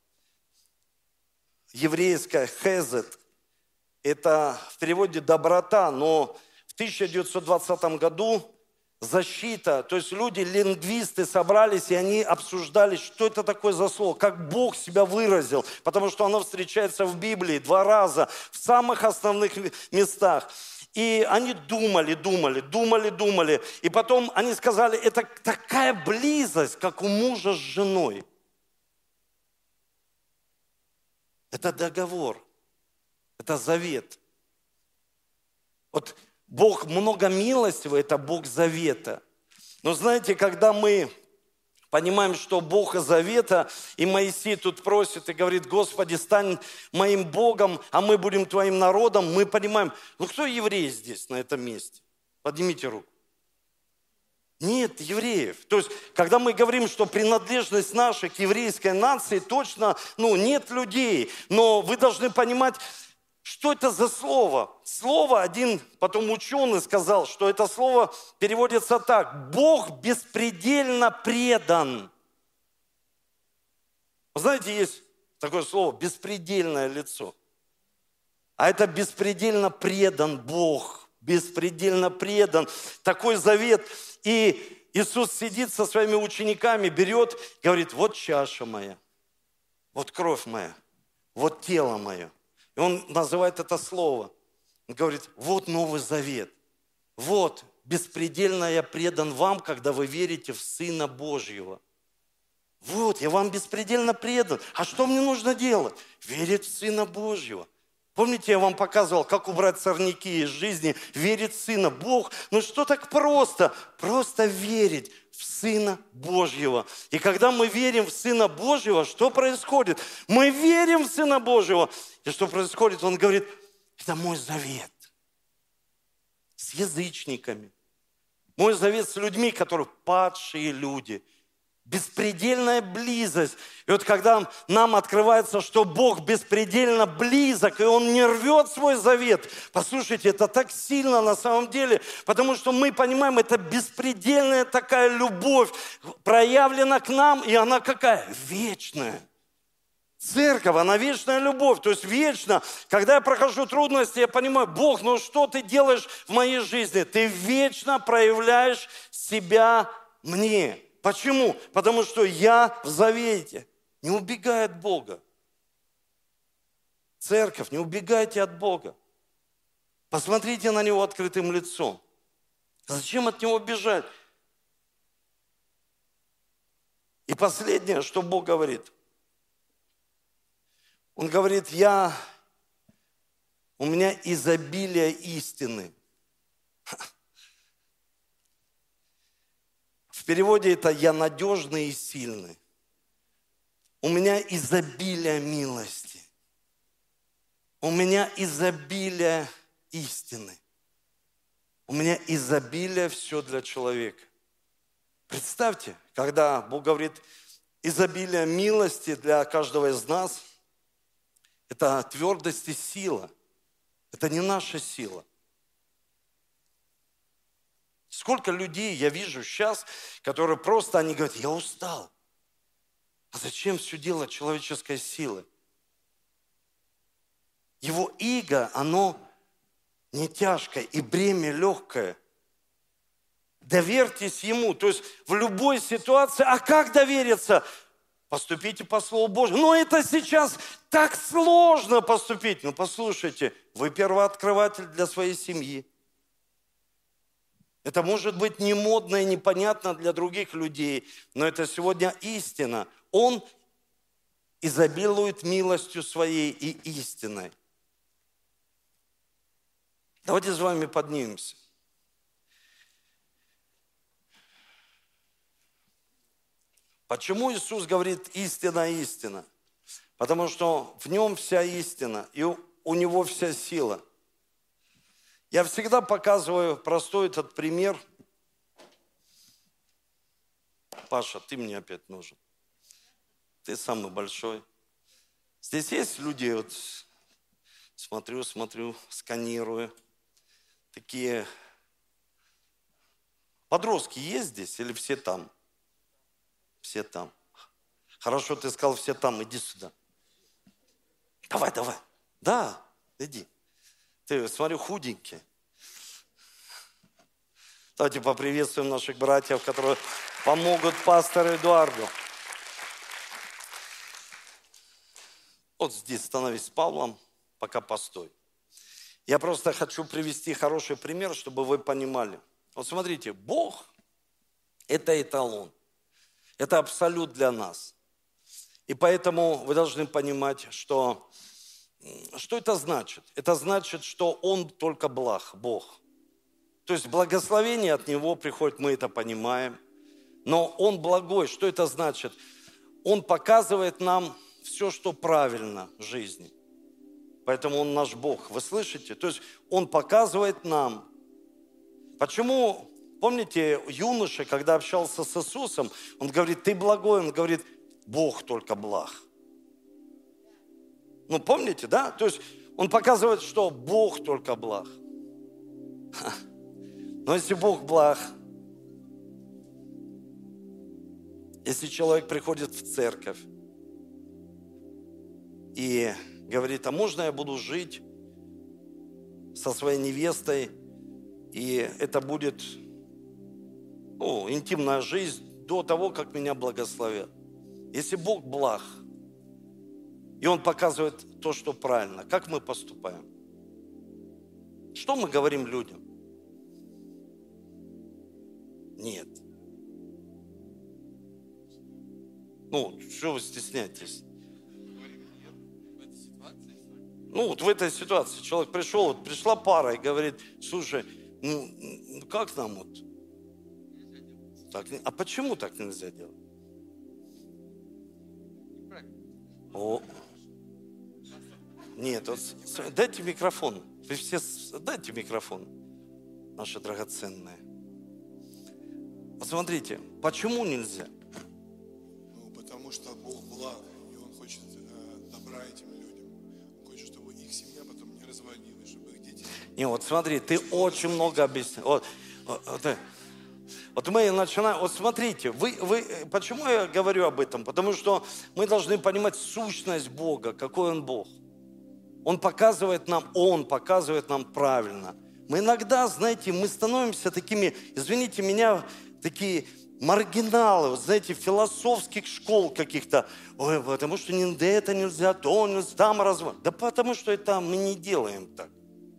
еврейское «хезед». Это в переводе «доброта», но в тысяча девятьсот двадцатом году защита, то есть люди, лингвисты собрались, и они обсуждали, что это такое за слово, как Бог себя выразил, потому что оно встречается в Библии два раза, в самых основных местах. И они думали, думали, думали, думали, и потом они сказали, это такая близость, как у мужа с женой. Это договор, это завет. Вот Бог многомилостивый, это Бог завета. Но знаете, когда мы понимаем, что Бог завета, и Моисей тут просит и говорит, Господи, стань моим Богом, а мы будем Твоим народом, мы понимаем, ну кто еврей здесь, на этом месте? Поднимите руку. Нет евреев. То есть, когда мы говорим, что принадлежность наша к еврейской нации, точно, ну, нет людей. Но вы должны понимать, что это за слово? Слово, один потом ученый сказал, что это слово переводится так. Бог беспредельно предан. Вы знаете, есть такое слово беспредельное лицо. А это беспредельно предан Бог. Беспредельно предан. Такой завет. И Иисус сидит со своими учениками, берет, говорит, вот чаша моя, вот кровь моя, вот тело мое. И он называет это слово. Он говорит, вот Новый Завет. Вот, беспредельно я предан вам, когда вы верите в Сына Божьего. Вот, я вам беспредельно предан. А что мне нужно делать? Верить в Сына Божьего. Помните, я вам показывал, как убрать сорняки из жизни, верить в Сына. Бог, ну что так просто? Просто верить в Сына Божьего. И когда мы верим в Сына Божьего, что происходит? Мы верим в Сына Божьего. И что происходит? Он говорит, это мой завет с язычниками. Мой завет с людьми, которые падшие люди. Беспредельная близость. И вот когда нам открывается, что Бог беспредельно близок, и Он не рвет свой завет, послушайте, это так сильно на самом деле, потому что мы понимаем, это беспредельная такая любовь проявлена к нам, и она какая? Вечная. Церковь, она вечная любовь, то есть вечно. Когда я прохожу трудности, я понимаю, Бог, ну что ты делаешь в моей жизни? Ты вечно проявляешь себя мне. Почему? Потому что я в завете. Не убегай от Бога. Церковь, не убегайте от Бога. Посмотрите на Него открытым лицом. Зачем от Него бежать? И последнее, что Бог говорит. Он говорит, я, у меня изобилие истины. В переводе это «я надежный и сильный». У меня изобилие милости. У меня изобилие истины. У меня изобилие все для человека. Представьте, когда Бог говорит изобилие милости для каждого из нас, это твердость и сила. Это не наша сила. Сколько людей я вижу сейчас, которые просто, они говорят, я устал. А зачем все делать человеческой силой? Его иго, оно не тяжкое, и бремя легкое. Доверьтесь Ему. То есть в любой ситуации, а как довериться? Поступите по Слову Божьему. Но это сейчас так сложно поступить. Ну послушайте, вы первооткрыватель для своей семьи. Это может быть не модно и непонятно для других людей, но это сегодня истина. Он изобилует милостью своей и истиной. Давайте с вами поднимемся. Почему Иисус говорит истина, истина? Потому что в нем вся истина, и у него вся сила. Я всегда показываю простой этот пример. Паша, ты мне опять нужен. Ты самый большой. Здесь есть люди, вот смотрю, смотрю, сканирую. Такие подростки есть здесь или все там? Все там. Хорошо, ты сказал, все там, иди сюда. Давай, давай. Да, иди. Ты, смотрю, худенький. Давайте поприветствуем наших братьев, которые помогут пастору Эдуарду. Вот здесь становись с Павлом, пока постой. Я просто хочу привести хороший пример, чтобы вы понимали. Вот смотрите, Бог – это эталон. Это абсолют для нас. И поэтому вы должны понимать, что, что это значит. Это значит, что Он только благ, Бог. То есть благословение от Него приходит, мы это понимаем. Но Он благой. Что это значит? Он показывает нам все, что правильно в жизни. Поэтому Он наш Бог. Вы слышите? То есть Он показывает нам. Почему, помните, юноша, когда общался с Иисусом, он говорит, ты благой, он говорит, Бог только благ. Ну, помните, да? То есть он показывает, что Бог только благ. Но если Бог благ, если человек приходит в церковь и говорит, а можно я буду жить со своей невестой, и это будет ну, интимная жизнь до того, как меня благословят. Если Бог благ, и Он показывает то, что правильно, как мы поступаем? Что мы говорим людям? Нет. Ну, что вы стесняетесь? Ну, вот в этой ситуации человек пришел, вот пришла пара и говорит, слушай, ну, как нам вот? Так, а почему так нельзя делать? О. Нет, вот, дайте микрофон. Вы все дайте микрофон, наши драгоценные. Посмотрите, почему нельзя? Ну, потому что Бог благ, и Он хочет э, добра этим людям. Он хочет, чтобы их семья потом не развалилась, чтобы их дети... Не, вот смотри, ты очень много объясняешь. Вот, вот, вот, вот мы начинаем, вот смотрите, вы, вы, почему я говорю об этом? Потому что мы должны понимать сущность Бога, какой Он Бог. Он показывает нам, Он показывает нам правильно. Мы иногда, знаете, мы становимся такими, извините меня, такие маргиналы, вот знаете, философских школ каких-то. Ой, потому что не, да это нельзя, то нельзя, там развод. Да потому что это мы не делаем так.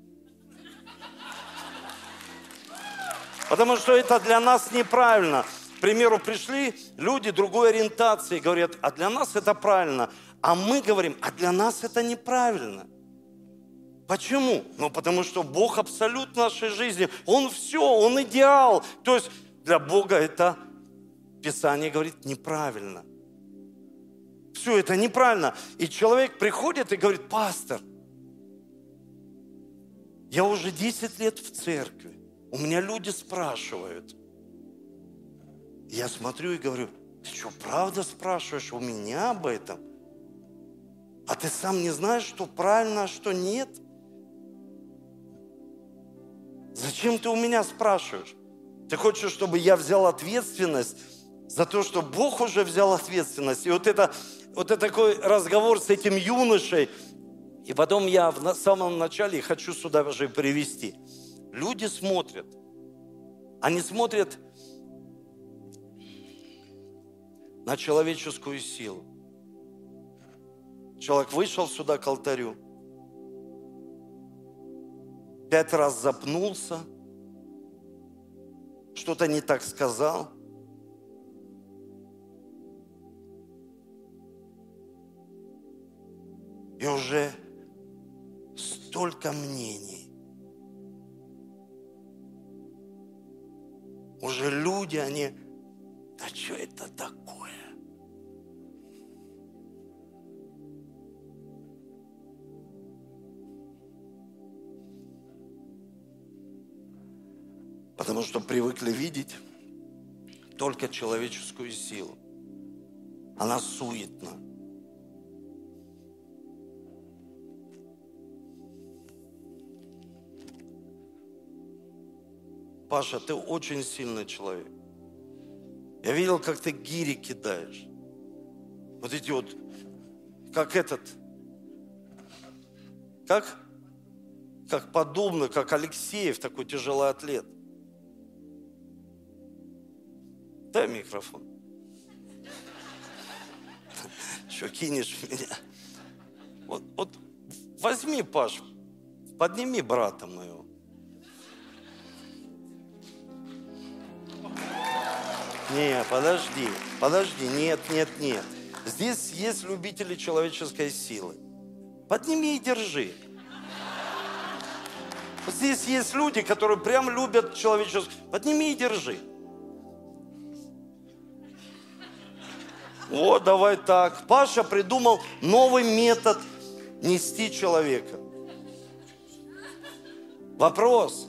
Потому что это для нас неправильно. К примеру, пришли люди другой ориентации, говорят, а для нас это правильно. А мы говорим, а для нас это неправильно. Почему? Ну, потому что Бог абсолют в нашей жизни. Он все, Он идеал. То есть для Бога это, Писание говорит, неправильно. Все это неправильно. И человек приходит и говорит, пастор, я уже десять лет в церкви. У меня люди спрашивают. Я смотрю и говорю, ты что, правда спрашиваешь у меня об этом? А ты сам не знаешь, что правильно, а что нет? Зачем ты у меня спрашиваешь? Ты хочешь, чтобы я взял ответственность за то, что Бог уже взял ответственность? И вот это, вот это такой разговор с этим юношей. И потом я в самом начале хочу сюда же привести. Люди смотрят. Они смотрят на человеческую силу. Человек вышел сюда к алтарю, пять раз запнулся, что-то не так сказал. И уже столько мнений. Уже люди, они, да что это такое? Потому что привыкли видеть только человеческую силу. Она суетна. Паша, ты очень сильный человек. Я видел, как ты гири кидаешь. Вот эти вот, как этот, как, как подобно, как Алексеев, такой тяжелый атлет. Дай микрофон. Что кинешь в меня? Вот, вот возьми, Паш, подними брата моего. Не, подожди, подожди, нет, нет, нет. Здесь есть любители человеческой силы. Подними и держи. Здесь есть люди, которые прям любят человеческую. Подними и держи. Вот, давай так. Паша придумал новый метод нести человека. Вопрос.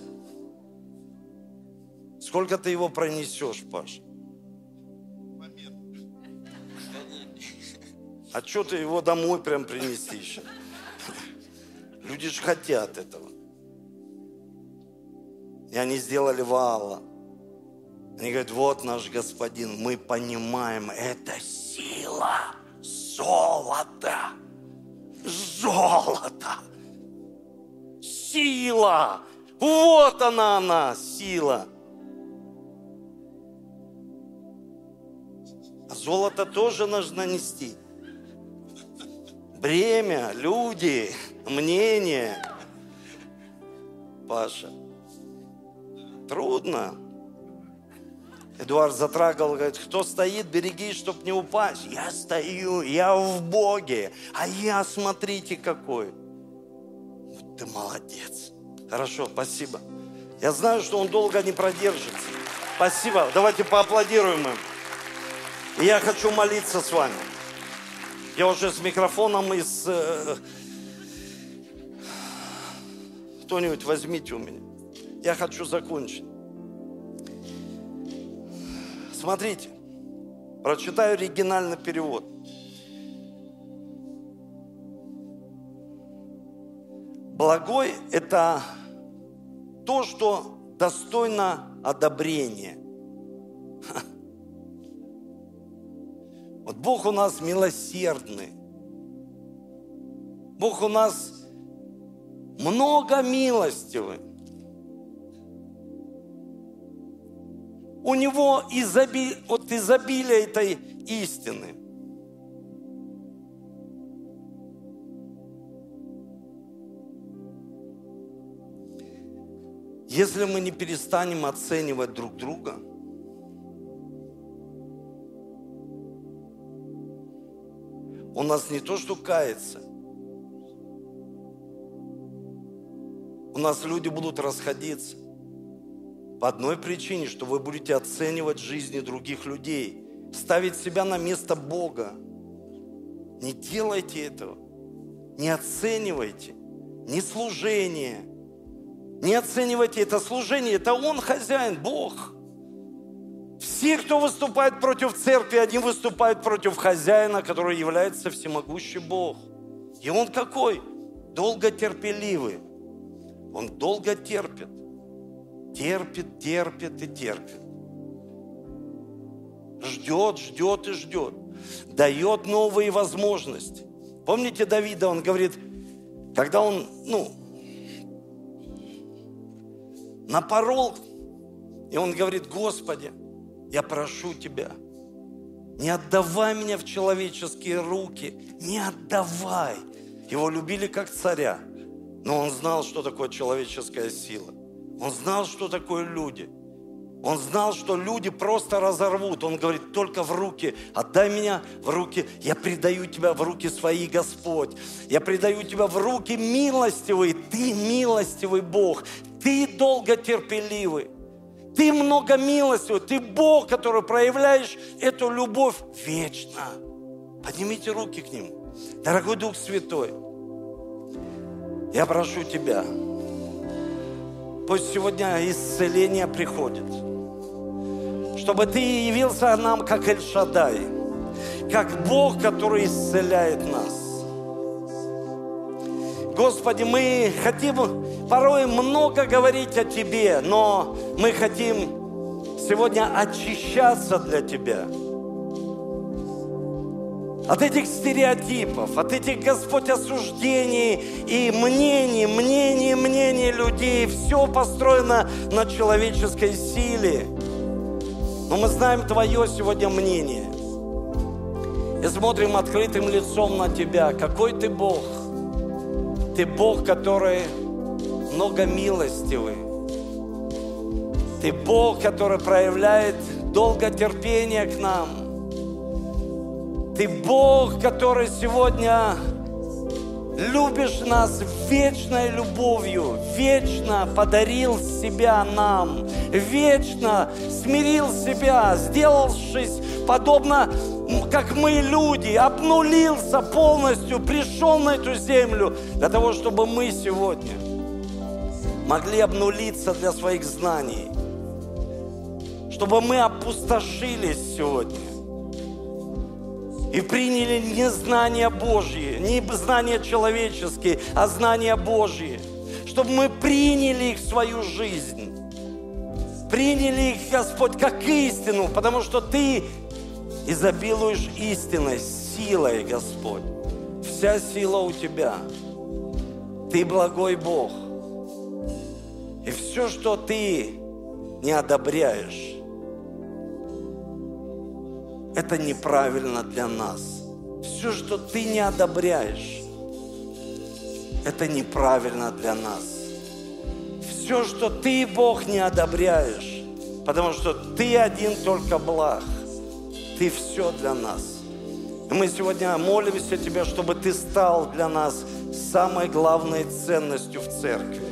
Сколько ты его пронесешь, Паша? А что ты его домой прям принесешь? Люди же хотят этого. И они сделали вала. Они говорят, вот наш господин, мы понимаем, это сила золота. Золото. Сила. Вот она, она, сила. А золото тоже нужно нести. Бремя, люди, мнение. Паша, трудно. Эдуард затрагал, говорит, кто стоит, береги, чтоб не упасть. Я стою, я в Боге, а я, смотрите, какой. Вот ты молодец. Хорошо, спасибо. Я знаю, что он долго не продержится. Спасибо. Давайте поаплодируем им. И я хочу молиться с вами. Я уже с микрофоном и с... Кто-нибудь возьмите у меня. Я хочу закончить. Смотрите, прочитаю оригинальный перевод. Благой – это то, что достойно одобрения. Вот Бог у нас милосердный. Бог у нас много милостивый. У него изоби... вот изобилие этой истины. Если мы не перестанем оценивать друг друга, у нас не то, что кается. У нас люди будут расходиться. По одной причине, что вы будете оценивать жизни других людей, ставить себя на место Бога. Не делайте этого. Не оценивайте. Не служение. Не оценивайте это служение. Это Он хозяин, Бог. Все, кто выступает против церкви, они выступают против хозяина, который является всемогущий Бог. И Он какой? Долготерпеливый. Он долго терпит. Терпит, терпит и терпит. Ждет, ждет и ждет. Дает новые возможности. Помните Давида, он говорит, когда он, ну, напорол, и он говорит, Господи, я прошу Тебя, не отдавай меня в человеческие руки, не отдавай. Его любили как царя, но он знал, что такое человеческая сила. Он знал, что такое люди. Он знал, что люди просто разорвут. Он говорит, только в руки, отдай меня в руки, я предаю тебя в руки свои, Господь. Я предаю тебя в руки милостивый. Ты милостивый Бог. Ты долготерпеливый. Ты многомилостивый, Ты Бог, который проявляешь эту любовь вечно. Поднимите руки к Ним. Дорогой Дух Святой, я прошу Тебя, пусть сегодня исцеление приходит, чтобы Ты явился нам как Эль-Шаддай, как Бог, который исцеляет нас. Господи, мы хотим порой много говорить о Тебе, но мы хотим сегодня очищаться для Тебя. От этих стереотипов, от этих, Господь, осуждений и мнений, мнений, мнений людей. Все построено на человеческой силе. Но мы знаем Твое сегодня мнение. И смотрим открытым лицом на Тебя. Какой Ты Бог. Ты Бог, который многомилостивый. Ты Бог, который проявляет долготерпение к нам. Ты Бог, который сегодня любишь нас вечной любовью, вечно подарил себя нам, вечно смирил себя, сделавшись подобно, как мы люди, обнулился полностью, пришел на эту землю для того, чтобы мы сегодня могли обнулиться для своих знаний, чтобы мы опустошились сегодня и приняли не знания Божьи, не знания человеческие, а знания Божьи, чтобы мы приняли их в свою жизнь, приняли их, Господь, как истину, потому что Ты изобилуешь истиной, силой, Господь. Вся сила у Тебя. Ты благой Бог. И все, что Ты не одобряешь, это неправильно для нас. Все, что Ты не одобряешь, это неправильно для нас. Все, что Ты, Бог, не одобряешь, потому что Ты один только благ. Ты все для нас. И мы сегодня молимся Тебе, чтобы Ты стал для нас самой главной ценностью в церкви.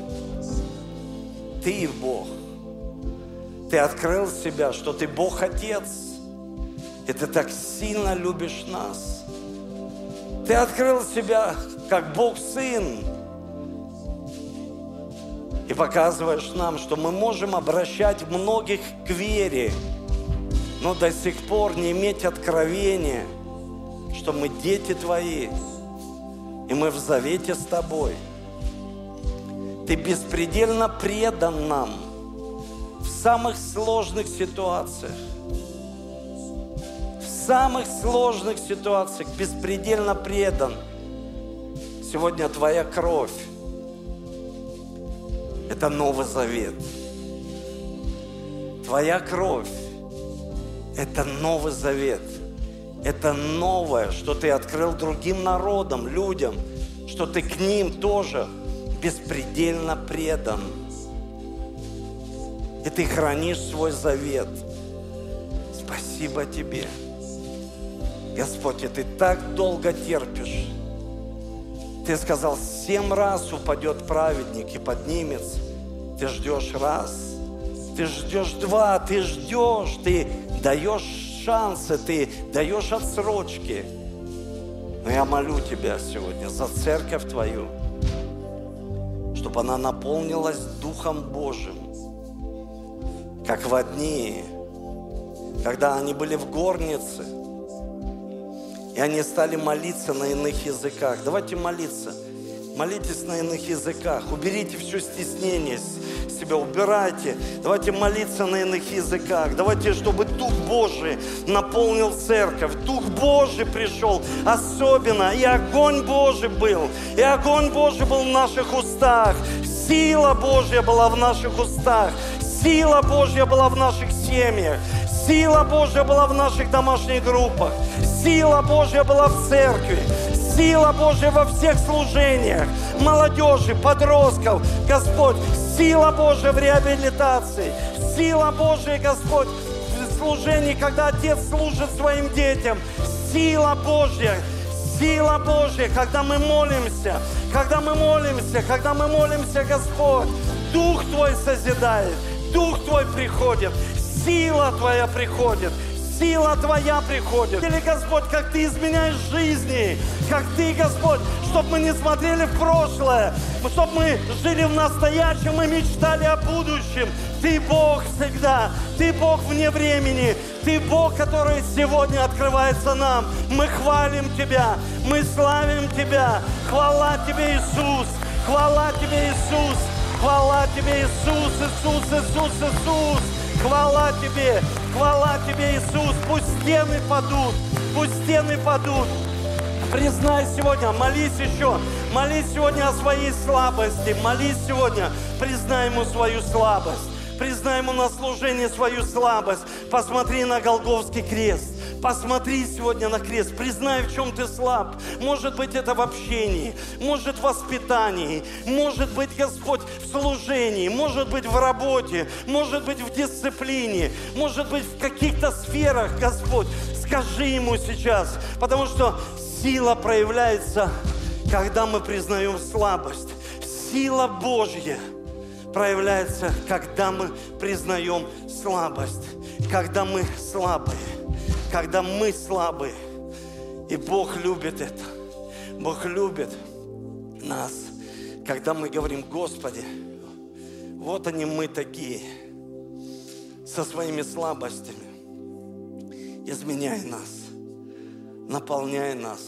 Ты Бог. Ты открыл себя, что Ты Бог-Отец. И Ты так сильно любишь нас. Ты открыл себя как Бог-Сын. И показываешь нам, что мы можем обращать многих к вере, но до сих пор не иметь откровения, что мы дети Твои, и мы в завете с Тобой. Ты беспредельно предан нам в самых сложных ситуациях. В самых сложных ситуациях беспредельно предан. Сегодня Твоя кровь – это Новый Завет. Твоя кровь – это Новый Завет. Это новое, что Ты открыл другим народам, людям, что Ты к ним тоже беспредельно предан. И Ты хранишь свой завет. Спасибо Тебе. Господь, и Ты так долго терпишь. Ты сказал, семь раз упадет праведник и поднимется. Ты ждешь раз, ты ждешь два, ты ждешь, ты даешь шансы, ты даешь отсрочки. Но я молю Тебя сегодня за церковь Твою, чтобы она наполнилась Духом Божьим, как в дни, когда они были в горнице, и они стали молиться на иных языках. Давайте молиться. Молитесь на иных языках. Уберите все стеснение с себя, убирайте. Давайте молиться на иных языках. Давайте, чтобы Дух Божий наполнил церковь. Дух Божий пришел особенно. И огонь Божий был. И огонь Божий был в наших устах. Сила Божья была в наших устах. Сила Божья была в наших семьях. Сила Божья была в наших домашних группах. Сила Божья была в церкви. Сила Божья во всех служениях. Молодежи, подростков. Господь, сила Божья в реабилитации. Сила Божья, Господь, в служении, когда отец служит своим детям. Сила Божья. Сила Божья, когда мы молимся. Когда мы молимся, когда мы молимся, Господь, Дух Твой созидает. Дух Твой приходит, сила Твоя приходит, сила Твоя приходит. Или, Господь, как Ты изменяешь жизни, как Ты, Господь, чтобы мы не смотрели в прошлое, чтобы мы жили в настоящем и мечтали о будущем. Ты Бог всегда, Ты Бог вне времени, Ты Бог, который сегодня открывается нам. Мы хвалим Тебя, мы славим Тебя. Хвала Тебе, Иисус, хвала Тебе, Иисус, хвала Тебе, Иисус, Иисус, Иисус, Иисус. Хвала Тебе, хвала Тебе, Иисус. Пусть стены падут, пусть стены падут. Признай сегодня, молись еще, молись сегодня о своей слабости, молись сегодня, признай Ему свою слабость, признай Ему на служении свою слабость. Посмотри на Голгофский крест. Посмотри сегодня на крест, признай, в чем ты слаб. Может быть, это в общении, может, в воспитании, может быть, Господь, в служении, может быть, в работе, может быть, в дисциплине, может быть, в каких-то сферах, Господь. Скажи Ему сейчас, потому что сила проявляется, когда мы признаем слабость. Сила Божья проявляется, когда мы признаем слабость, когда мы слабые. Когда мы слабые, и Бог любит это. Бог любит нас, когда мы говорим: Господи, вот они мы такие, со своими слабостями. Изменяй нас, наполняй нас,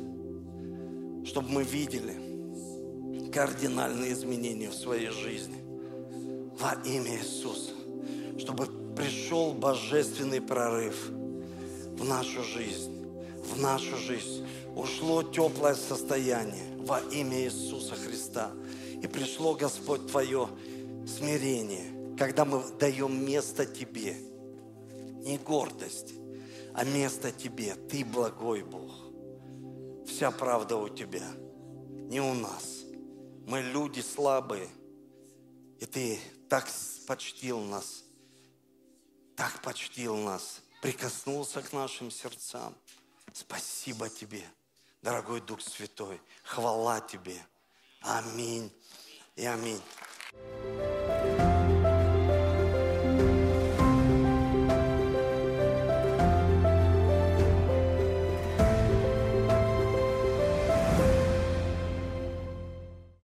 чтобы мы видели кардинальные изменения в своей жизни. Во имя Иисуса. Чтобы пришел божественный прорыв в нашу жизнь, в нашу жизнь. Ушло теплое состояние во имя Иисуса Христа. И пришло, Господь, Твое смирение, когда мы даем место Тебе. Не гордость, а место Тебе. Ты благой Бог. Вся правда у Тебя, не у нас. Мы люди слабые, и Ты так почтил нас, так почтил нас, прикоснулся к нашим сердцам. Спасибо Тебе, дорогой Дух Святой. Хвала Тебе. Аминь и аминь.